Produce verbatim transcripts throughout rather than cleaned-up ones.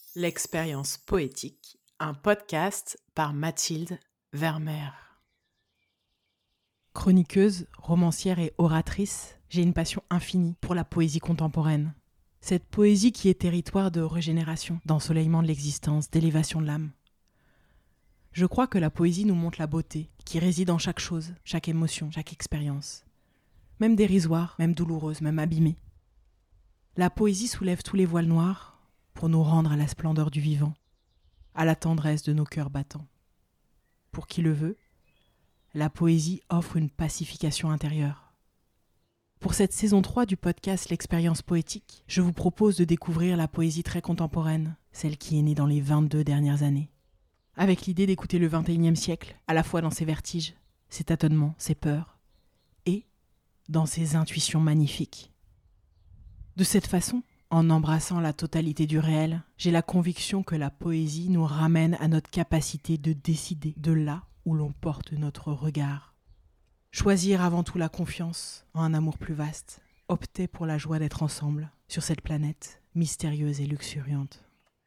L'expérience poétique, un podcast par Mathilde Vermeer. Chroniqueuse, romancière et oratrice, j'ai une passion infinie pour la poésie contemporaine. Cette poésie qui est territoire de régénération, d'ensoleillement de l'existence, d'élévation de l'âme. Je crois que la poésie nous montre la beauté qui réside en chaque chose, chaque émotion, chaque expérience. Même dérisoire, même douloureuse, même abîmée. La poésie soulève tous les voiles noirs pour nous rendre à la splendeur du vivant, à la tendresse de nos cœurs battants. Pour qui le veut, la poésie offre une pacification intérieure. Pour cette saison trois du podcast L'expérience poétique, je vous propose de découvrir la poésie très contemporaine, celle qui est née dans les vingt-deux dernières années. Avec l'idée d'écouter le vingt et unième siècle, à la fois dans ses vertiges, ses tâtonnements, ses peurs, et dans ses intuitions magnifiques. De cette façon, en embrassant la totalité du réel, j'ai la conviction que la poésie nous ramène à notre capacité de décider de là où l'on porte notre regard. Choisir avant tout la confiance en un amour plus vaste, opter pour la joie d'être ensemble sur cette planète mystérieuse et luxuriante.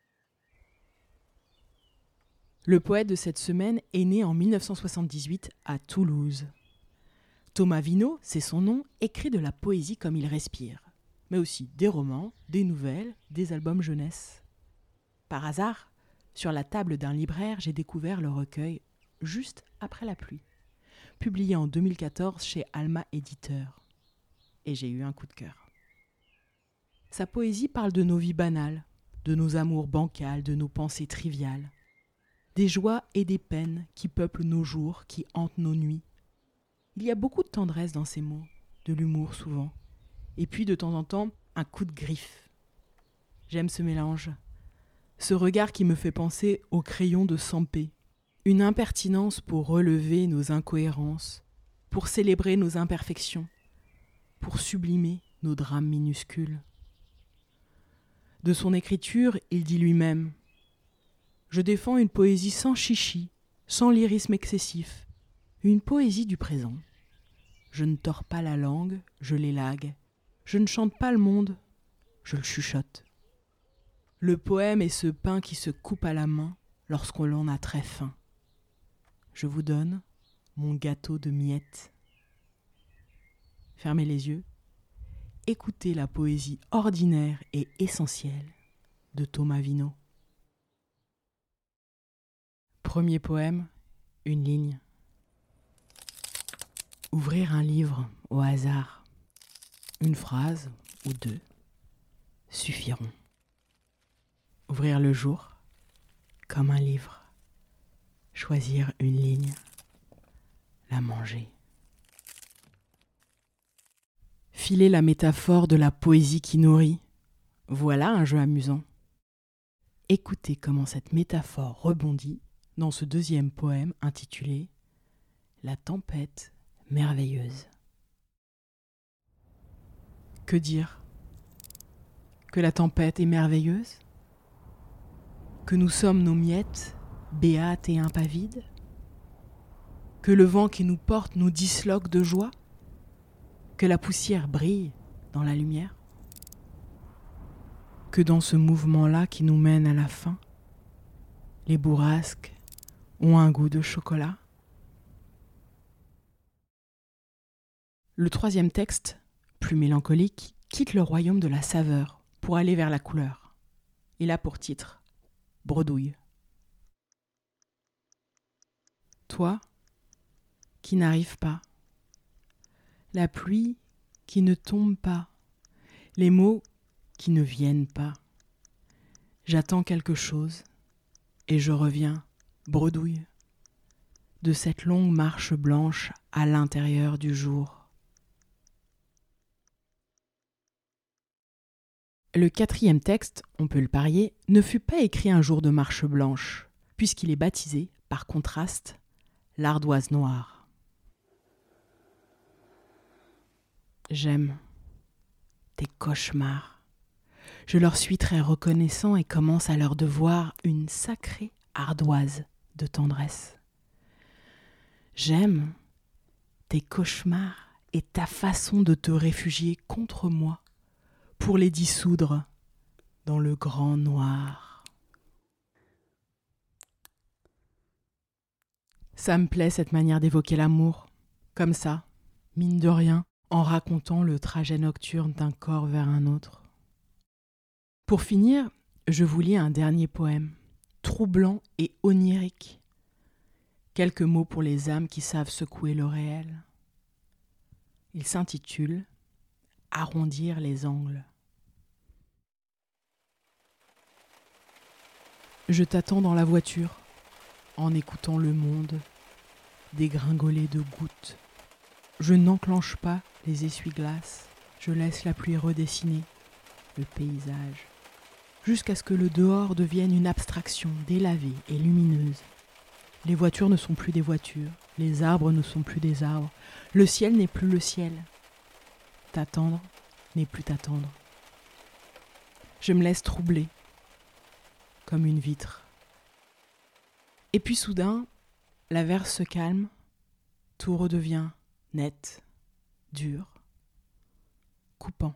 Le poète de cette semaine est né en dix-neuf cent soixante-dix-huit à Toulouse. Thomas Vino, c'est son nom, écrit de la poésie comme il respire, mais aussi des romans, des nouvelles, des albums jeunesse. Par hasard, sur la table d'un libraire, j'ai découvert le recueil « Juste après la pluie », publié en deux mille quatorze chez Alma Éditeur. Et j'ai eu un coup de cœur. Sa poésie parle de nos vies banales, de nos amours bancals, de nos pensées triviales, des joies et des peines qui peuplent nos jours, qui hantent nos nuits. Il y a beaucoup de tendresse dans ces mots, de l'humour souvent, et puis de temps en temps, un coup de griffe. J'aime ce mélange, ce regard qui me fait penser au crayon de Sampé, une impertinence pour relever nos incohérences, pour célébrer nos imperfections, pour sublimer nos drames minuscules. De son écriture, il dit lui-même « Je défends une poésie sans chichi, sans lyrisme excessif, une poésie du présent. Je ne tords pas la langue, je l'élague. Je ne chante pas le monde, je le chuchote. Le poème est ce pain qui se coupe à la main lorsqu'on l'en a très faim. Je vous donne mon gâteau de miettes. » Fermez les yeux, écoutez la poésie ordinaire et essentielle de Thomas Vino. Premier poème, une ligne. Ouvrir un livre au hasard, une phrase ou deux suffiront. Ouvrir le jour comme un livre, choisir une ligne, la manger. Filer la métaphore de la poésie qui nourrit, voilà un jeu amusant. Écoutez comment cette métaphore rebondit dans ce deuxième poème intitulé « La tempête merveilleuse ». Que dire ? Que la tempête est merveilleuse ? Que nous sommes nos miettes, béates et impavides ? Que le vent qui nous porte nous disloque de joie ? Que la poussière brille dans la lumière ? Que dans ce mouvement-là qui nous mène à la fin, les bourrasques ont un goût de chocolat ? Le troisième texte, plus mélancolique, quitte le royaume de la saveur pour aller vers la couleur. Il a pour titre « Bredouille ». Toi, qui n'arrives pas, la pluie qui ne tombe pas, les mots qui ne viennent pas. J'attends quelque chose et je reviens, bredouille, de cette longue marche blanche à l'intérieur du jour. Le quatrième texte, on peut le parier, ne fut pas écrit un jour de marche blanche, puisqu'il est baptisé, par contraste, l'ardoise noire. J'aime tes cauchemars. Je leur suis très reconnaissant et commence à leur devoir une sacrée ardoise de tendresse. J'aime tes cauchemars et ta façon de te réfugier contre moi pour les dissoudre dans le grand noir Ça me plaît cette manière d'évoquer l'amour, comme ça, mine de rien, en racontant le trajet nocturne d'un corps vers un autre. Pour finir, je vous lis un dernier poème, troublant et onirique. Quelques mots pour les âmes qui savent secouer le réel. Il s'intitule « Arrondir les angles ». Je t'attends dans la voiture, en écoutant le monde dégringoler de gouttes. Je n'enclenche pas les essuie-glaces, je laisse la pluie redessiner le paysage, jusqu'à ce que le dehors devienne une abstraction délavée et lumineuse. Les voitures ne sont plus des voitures, les arbres ne sont plus des arbres, le ciel n'est plus le ciel. T'attendre n'est plus t'attendre. Je me laisse troubler, comme une vitre. Et puis soudain, l'averse se calme, tout redevient net, dur, coupant.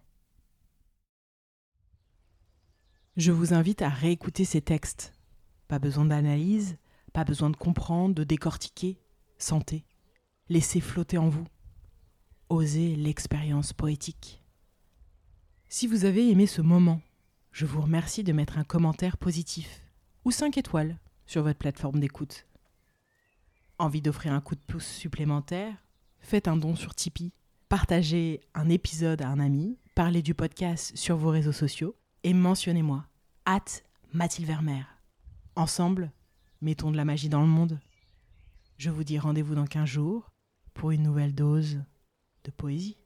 Je vous invite à réécouter ces textes. Pas besoin d'analyse, pas besoin de comprendre, de décortiquer. Sentez, laissez flotter en vous. Osez l'expérience poétique. Si vous avez aimé ce moment, je vous remercie de mettre un commentaire positif ou cinq étoiles sur votre plateforme d'écoute. Envie d'offrir un coup de pouce supplémentaire? Faites un don sur Tipeee, partagez un épisode à un ami, parlez du podcast sur vos réseaux sociaux et mentionnez-moi, arobase Mathilde Vermeer. Ensemble, mettons de la magie dans le monde. Je vous dis rendez-vous dans quinze jours pour une nouvelle dose de poésie.